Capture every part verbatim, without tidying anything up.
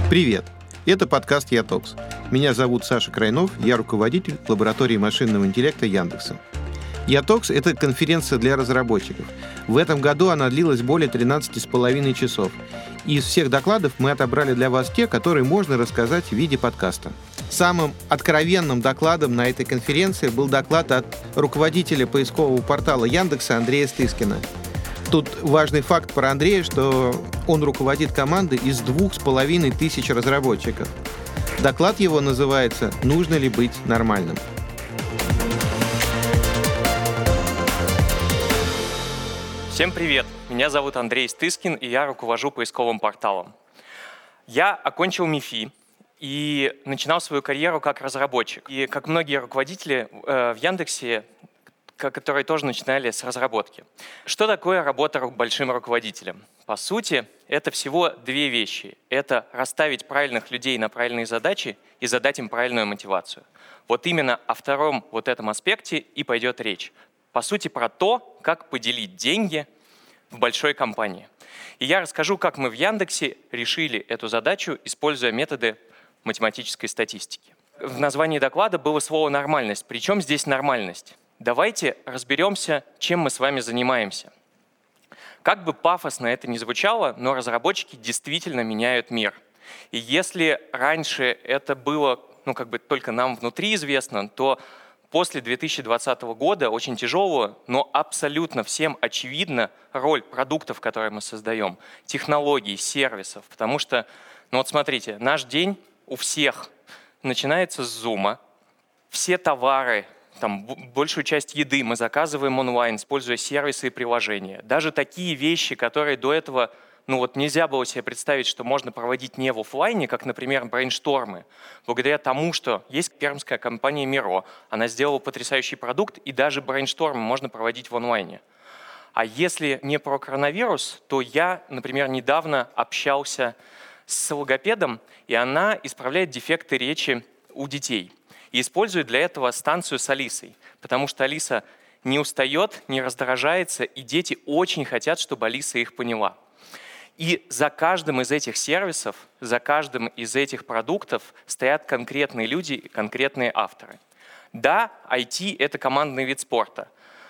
Привет! Это подкаст «Ятокс». Меня зовут Саша Крайнов, я руководитель лаборатории машинного интеллекта Яндекса. «Ятокс» — это конференция для разработчиков. В этом году она длилась более тринадцати с половиной часов. И из всех докладов мы отобрали для вас те, которые можно рассказать в виде подкаста. Самым откровенным докладом на этой конференции был доклад от руководителя поискового портала Яндекса Андрея Стыскина. Тут важный факт про Андрея, что он руководит командой из двух с половиной тысяч разработчиков. Доклад его называется «Нужно ли быть нормальным?». Всем привет! Меня зовут Андрей Стыскин, и я руковожу поисковым порталом. Я окончил МИФИ и начинал свою карьеру как разработчик. И как многие руководители э, в Яндексе, которые тоже начинали с разработки. Что такое работа большим руководителем? По сути, это всего две вещи. Это расставить правильных людей на правильные задачи и задать им правильную мотивацию. Вот именно о втором вот этом аспекте и пойдет речь. По сути, про то, как поделить деньги в большой компании. И я расскажу, как мы в Яндексе решили эту задачу, используя методы математической статистики. В названии доклада было слово «нормальность». Причем здесь нормальность? Давайте разберемся, чем мы с вами занимаемся. Как бы пафосно это ни звучало, но разработчики действительно меняют мир. И если раньше это было, ну, как бы только нам внутри известно, то после две тысячи двадцатого года, очень тяжелую, но абсолютно всем очевидна роль продуктов, которые мы создаем, технологий, сервисов. Потому что, ну вот смотрите, наш день у всех начинается с Zoom. Все товары, там, большую часть еды мы заказываем онлайн, используя сервисы и приложения. Даже такие вещи, которые до этого ну вот нельзя было себе представить, что можно проводить не в офлайне, как, например, брейнштормы. Благодаря тому, что есть пермская компания Miro, она сделала потрясающий продукт, и даже брейнштормы можно проводить в онлайне. А если не про коронавирус, то я, например, недавно общался с логопедом, и она исправляет дефекты речи у детей. И использует для этого станцию с Алисой, потому что Алиса не устает, не раздражается, и дети очень хотят, чтобы Алиса их поняла. И за каждым из этих сервисов, за каждым из этих продуктов стоят конкретные люди, конкретные авторы. Да, ай ти – это командный вид спорта,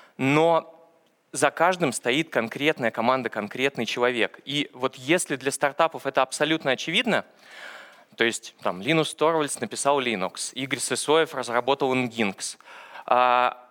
но за каждым стоит конкретная команда, конкретный человек. И вот если для стартапов это абсолютно очевидно, то есть там Линус Торвальдс написал Linux, Игорь Сысоев разработал Nginx. А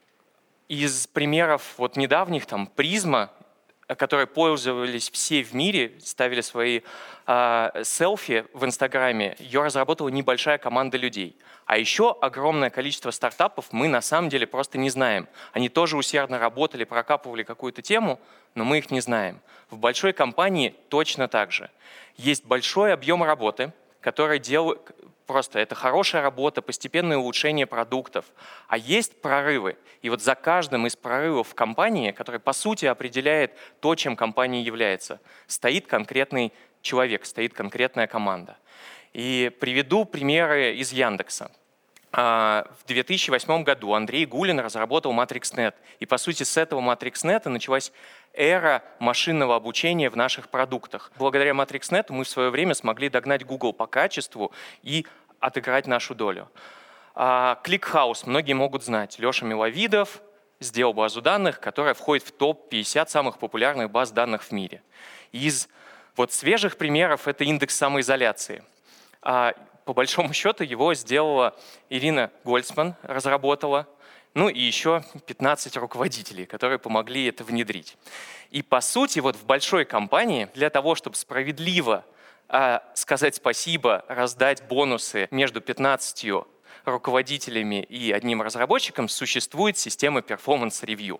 из примеров вот недавних там Призма, которые пользовались все в мире, ставили свои а, селфи в Инстаграме, ее разработала небольшая команда людей. А еще огромное количество стартапов мы на самом деле просто не знаем. Они тоже усердно работали, прокапывали какую-то тему, но мы их не знаем. В большой компании точно так же. Есть большой объем работы, который делают просто это хорошая работа, постепенное улучшение продуктов. А есть прорывы. И вот за каждым из прорывов в компании, который по сути определяет то, чем компания является, стоит конкретный человек, стоит конкретная команда. И приведу примеры из Яндекса. В две тысячи восьмом году Андрей Гулин разработал MatrixNet. И по сути с этого MatrixNet началась эра машинного обучения в наших продуктах. Благодаря MatrixNet мы в свое время смогли догнать Google по качеству и отыграть нашу долю. ClickHouse многие могут знать. Леша Миловидов сделал базу данных, которая входит в топ пятьдесят самых популярных баз данных в мире. Из вот свежих примеров это индекс самоизоляции. По большому счету его сделала Ирина Гольцман, разработала, ну и еще пятнадцать руководителей, которые помогли это внедрить. И по сути вот в большой компании для того, чтобы справедливо э, сказать спасибо, раздать бонусы между пятнадцатью руководителями и одним разработчиком, существует система перформанс-ревью.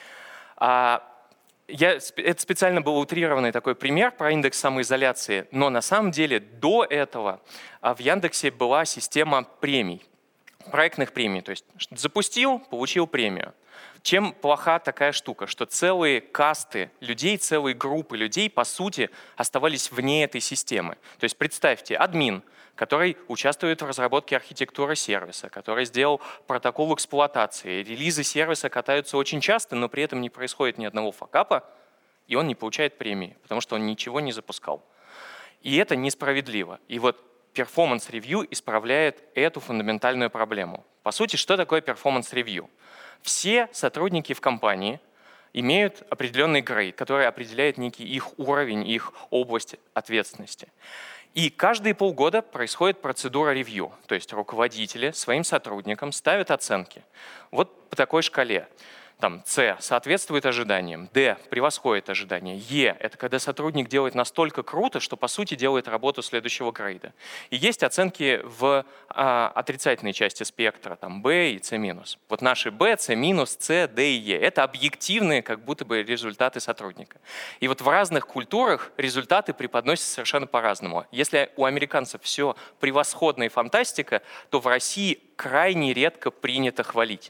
Я, это специально был утрированный такой пример про индекс самоизоляции, но на самом деле до этого в Яндексе была система премий, проектных премий. То есть запустил, получил премию. Чем плоха такая штука, что целые касты людей, целые группы людей, по сути, оставались вне этой системы. То есть представьте, админ, который участвует в разработке архитектуры сервиса, который сделал протокол эксплуатации. Релизы сервиса катаются очень часто, но при этом не происходит ни одного факапа, и он не получает премии, потому что он ничего не запускал. И это несправедливо. И вот перформанс-ревью исправляет эту фундаментальную проблему. По сути, что такое перформанс-ревью? Все сотрудники в компании имеют определенный грейд, который определяет некий их уровень, их область ответственности. И каждые полгода происходит процедура ревью, то есть руководители своим сотрудникам ставят оценки. Вот по такой шкале. Там С соответствует ожиданиям, Д превосходит ожидания, Е – это когда сотрудник делает настолько круто, что по сути делает работу следующего грейда. И есть оценки в а, отрицательной части спектра, там Б и С минус. Вот наши Б, С минус, С, Д и Е – это объективные как будто бы результаты сотрудника. И вот в разных культурах результаты преподносятся совершенно по-разному. Если у американцев все превосходно и фантастика, то в России крайне редко принято хвалить.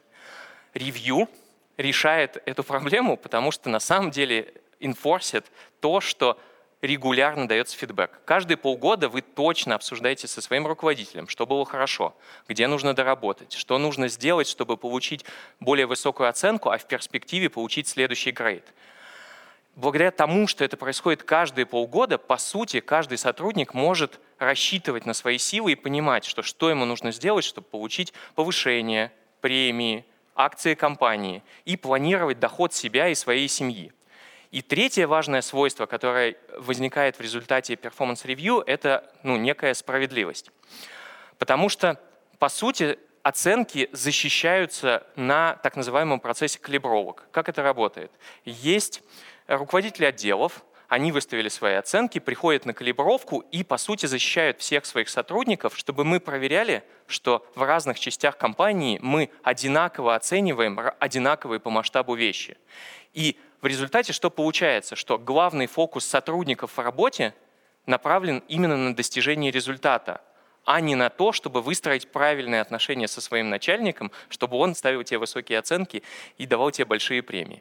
Ревью решает эту проблему, потому что на самом деле инфорсит то, что регулярно дается фидбэк. Каждые полгода вы точно обсуждаете со своим руководителем, что было хорошо, где нужно доработать, что нужно сделать, чтобы получить более высокую оценку, а в перспективе получить следующий грейд. Благодаря тому, что это происходит каждые полгода, по сути, каждый сотрудник может рассчитывать на свои силы и понимать, что, что ему нужно сделать, чтобы получить повышение, премии, акции компании и планировать доход себя и своей семьи. И третье важное свойство, которое возникает в результате перформанс-ревью, это ну, некая справедливость. Потому что, по сути, оценки защищаются на так называемом процессе калибровок. Как это работает? Есть руководители отделов, они выставили свои оценки, приходят на калибровку и, по сути, защищают всех своих сотрудников, чтобы мы проверяли, что в разных частях компании мы одинаково оцениваем одинаковые по масштабу вещи. И в результате что получается? Что главный фокус сотрудников в работе направлен именно на достижение результата, а не на то, чтобы выстроить правильные отношения со своим начальником, чтобы он ставил тебе высокие оценки и давал тебе большие премии.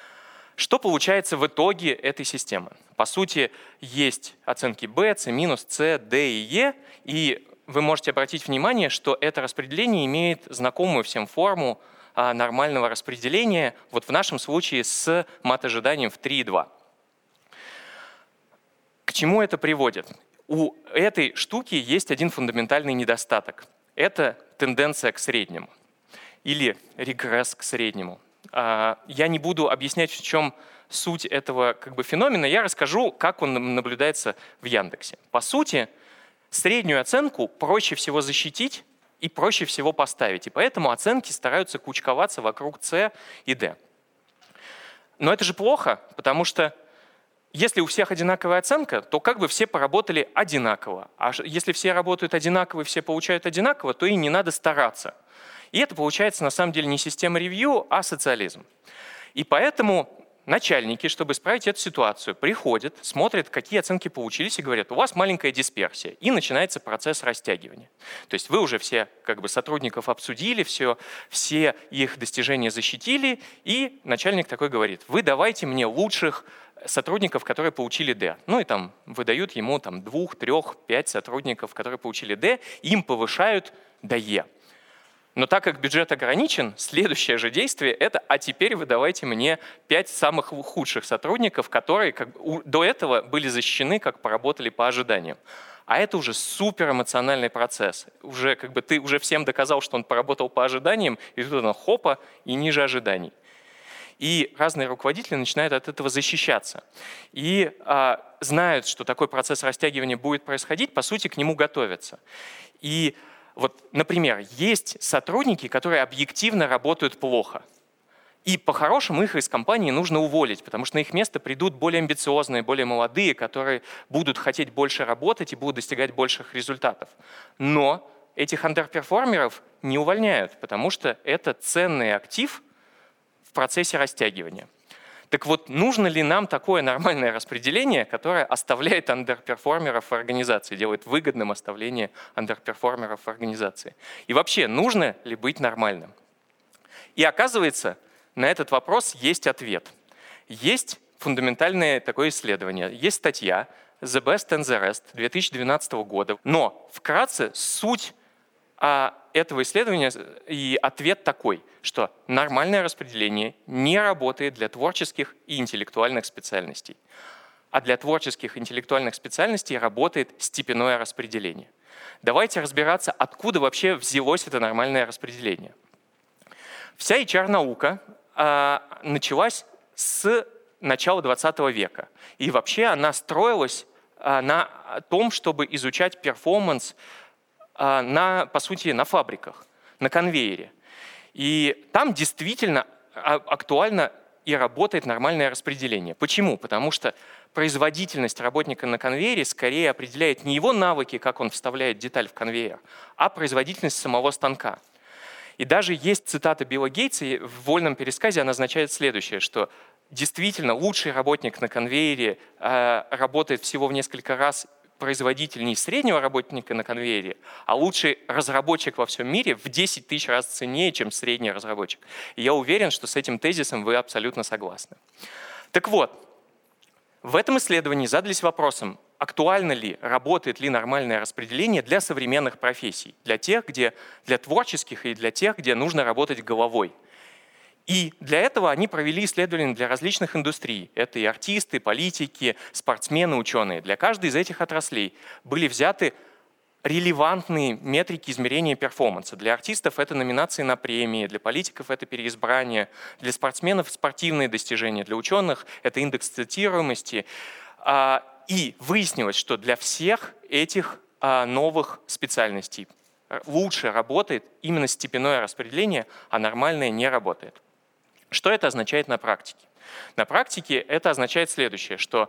Что получается в итоге этой системы? По сути, есть оценки Б, С минус, С, Д и Е, и вы можете обратить внимание, что это распределение имеет знакомую всем форму а, нормального распределения, вот в нашем случае с мат-ожиданием в три и два. К чему это приводит? У этой штуки есть один фундаментальный недостаток. Это тенденция к среднему или регресс к среднему. Я не буду объяснять, в чем суть этого как бы феномена, я расскажу, как он наблюдается в Яндексе. По сути, среднюю оценку проще всего защитить и проще всего поставить, и поэтому оценки стараются кучковаться вокруг С и Д. Но это же плохо, потому что если у всех одинаковая оценка, то как бы все поработали одинаково. А если все работают одинаково и все получают одинаково, то и не надо стараться. И это получается на самом деле не система ревью, а социализм. И поэтому начальники, чтобы исправить эту ситуацию, приходят, смотрят, какие оценки получились, и говорят: у вас маленькая дисперсия. И начинается процесс растягивания. То есть вы уже все как бы, сотрудников обсудили, все, все их достижения защитили, и начальник такой говорит: вы давайте мне лучших сотрудников, которые получили Д. Ну и там выдают ему там, двух, трех, пять сотрудников, которые получили Д, им повышают до Е. Но так как бюджет ограничен, следующее же действие – это «а теперь вы давайте мне пять самых худших сотрудников, которые как бы, до этого были защищены, как поработали по ожиданиям». А это уже суперэмоциональный процесс. Уже, как бы, ты уже всем доказал, что он поработал по ожиданиям, и тут он хопа и ниже ожиданий. И разные руководители начинают от этого защищаться. И а, знают, что такой процесс растягивания будет происходить, по сути, к нему готовятся. И вот, например, есть сотрудники, которые объективно работают плохо. И по-хорошему их из компании нужно уволить, потому что на их место придут более амбициозные, более молодые, которые будут хотеть больше работать и будут достигать больших результатов. Но этих андерперформеров не увольняют, потому что это ценный актив в процессе растягивания. Так вот, нужно ли нам такое нормальное распределение, которое оставляет андерперформеров в организации, делает выгодным оставление андерперформеров в организации? И вообще, нужно ли быть нормальным? И оказывается, на этот вопрос есть ответ. Есть фундаментальное такое исследование, есть статья «The Best and the Rest» две тысячи двенадцатого года. Но вкратце суть а, этого исследования и ответ такой, что нормальное распределение не работает для творческих и интеллектуальных специальностей. а для творческих интеллектуальных специальностей работает степенное распределение. Давайте разбираться, откуда вообще взялось это нормальное распределение. Вся эйч ар-наука а, началась с начала двадцатого века. И вообще она строилась а, на том, чтобы изучать перформанс а, на, по сути, на фабриках, на конвейере. И там действительно актуально и работает нормальное распределение. Почему? Потому что производительность работника на конвейере скорее определяет не его навыки, как он вставляет деталь в конвейер, а производительность самого станка. И даже есть цитата Билла Гейтса, и в вольном пересказе она означает следующее, что действительно лучший работник на конвейере э, работает всего в несколько раз производительнее среднего работника на конвейере, а лучший разработчик во всем мире в десять тысяч раз ценнее, чем средний разработчик. И я уверен, что с этим тезисом вы абсолютно согласны. Так вот, в этом исследовании задались вопросом, актуально ли, работает ли нормальное распределение для современных профессий, для тех, где, для творческих и для тех, где нужно работать головой. И для этого они провели исследования для различных индустрий. Это и артисты, политики, спортсмены, ученые. Для каждой из этих отраслей были взяты релевантные метрики измерения перформанса. Для артистов это номинации на премии, для политиков это переизбрание, для спортсменов спортивные достижения, для ученых это индекс цитируемости. И выяснилось, что для всех этих новых специальностей лучше работает именно степенное распределение, а нормальное не работает. Что это означает на практике? На практике это означает следующее, что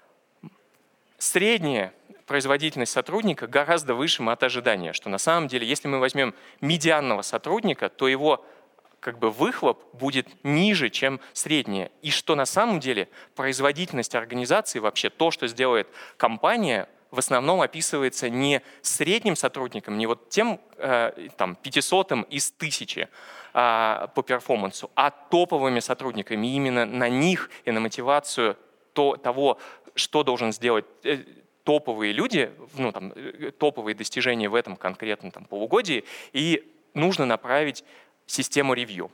средняя производительность сотрудника гораздо выше от ожидания, что на самом деле, если мы возьмем медианного сотрудника, то его как бы выхлоп будет ниже, чем средняя. И что на самом деле производительность организации, вообще то, что сделает компания, в основном описывается не средним сотрудником, не вот тем э, там, пятисотым из тысячи э, по перформансу, а топовыми сотрудниками. И именно на них и на мотивацию то, того, что должен сделать э, топовые люди, ну, там, э, топовые достижения в этом конкретном там, полугодии, и нужно направить систему ревью.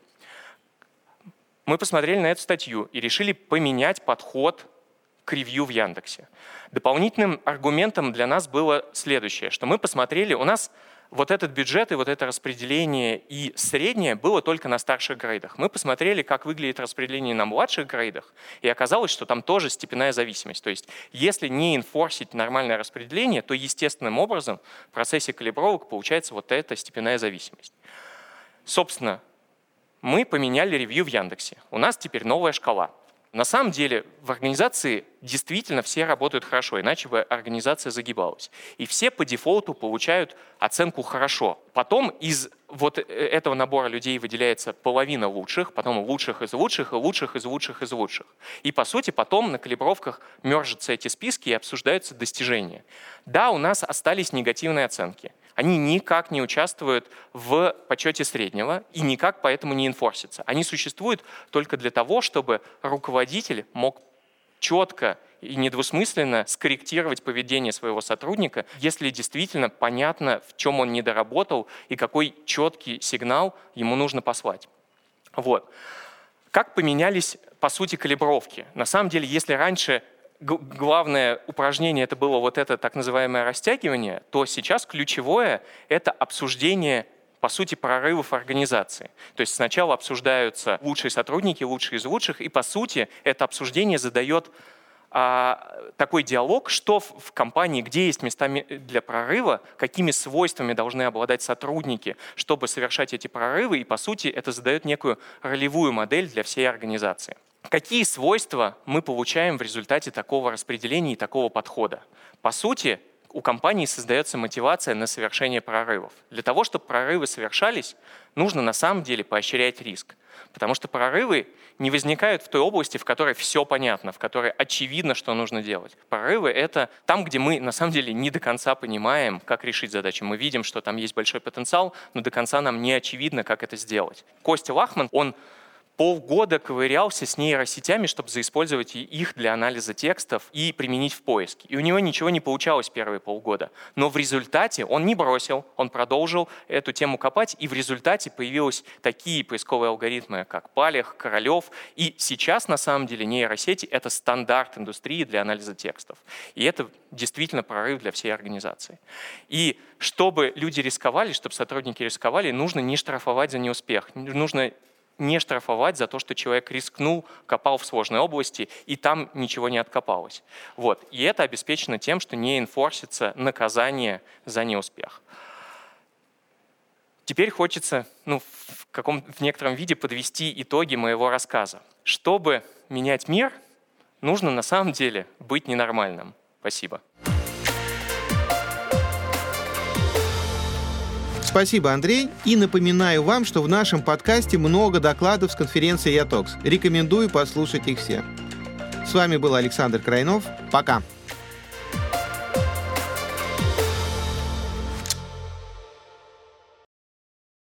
Мы посмотрели на эту статью и решили поменять подход к ревью в Яндексе. Дополнительным аргументом для нас было следующее, что мы посмотрели, у нас вот этот бюджет и вот это распределение и среднее было только на старших грейдах. Мы посмотрели, как выглядит распределение на младших грейдах, и оказалось, что там тоже степенная зависимость. То есть если не инфорсить нормальное распределение, то естественным образом в процессе калибровок получается вот эта степенная зависимость. Собственно, мы поменяли ревью в Яндексе. У нас теперь новая шкала. На самом деле в организации действительно все работают хорошо, иначе бы организация загибалась. И все по дефолту получают оценку «хорошо». Потом из вот этого набора людей выделяется половина лучших, потом лучших из лучших и лучших из лучших из лучших. И по сути потом на калибровках мержатся эти списки и обсуждаются достижения. Да, у нас остались негативные оценки. Они никак не участвуют в подсчете среднего и никак поэтому не инфорсятся. Они существуют только для того, чтобы руководитель мог четко и недвусмысленно скорректировать поведение своего сотрудника, если действительно понятно, в чем он недоработал и какой четкий сигнал ему нужно послать. Вот. Как поменялись, по сути, калибровки? На самом деле, если раньше главное упражнение это было вот это так называемое растягивание, то сейчас ключевое – это обсуждение, по сути, прорывов организации. То есть сначала обсуждаются лучшие сотрудники, лучшие из лучших, и, по сути, это обсуждение задает а, такой диалог, что в, в компании, где есть места для прорыва, какими свойствами должны обладать сотрудники, чтобы совершать эти прорывы, и, по сути, это задает некую ролевую модель для всей организации. Какие свойства мы получаем в результате такого распределения и такого подхода? По сути, у компании создается мотивация на совершение прорывов. Для того, чтобы прорывы совершались, нужно на самом деле поощрять риск. Потому что прорывы не возникают в той области, в которой все понятно, в которой очевидно, что нужно делать. Прорывы — это там, где мы на самом деле не до конца понимаем, как решить задачу. Мы видим, что там есть большой потенциал, но до конца нам не очевидно, как это сделать. Костя Лахман, он полгода ковырялся с нейросетями, чтобы заиспользовать их для анализа текстов и применить в поиске. И у него ничего не получалось первые полгода. Но в результате он не бросил, он продолжил эту тему копать, и в результате появились такие поисковые алгоритмы, как Палех, Королев. И сейчас, на самом деле, нейросети — это стандарт индустрии для анализа текстов. И это действительно прорыв для всей организации. И чтобы люди рисковали, чтобы сотрудники рисковали, нужно не штрафовать за неуспех. Нужно не штрафовать за то, что человек рискнул, копал в сложной области, и там ничего не откопалось. Вот. И это обеспечено тем, что не энфорсится наказание за неуспех. Теперь хочется ну, в, каком, в некотором виде подвести итоги моего рассказа. Чтобы менять мир, нужно на самом деле быть ненормальным. Спасибо. Спасибо, Андрей. И напоминаю вам, что в нашем подкасте много докладов с конференции ЯТОКС. Рекомендую послушать их все. С вами был Александр Крайнов. Пока.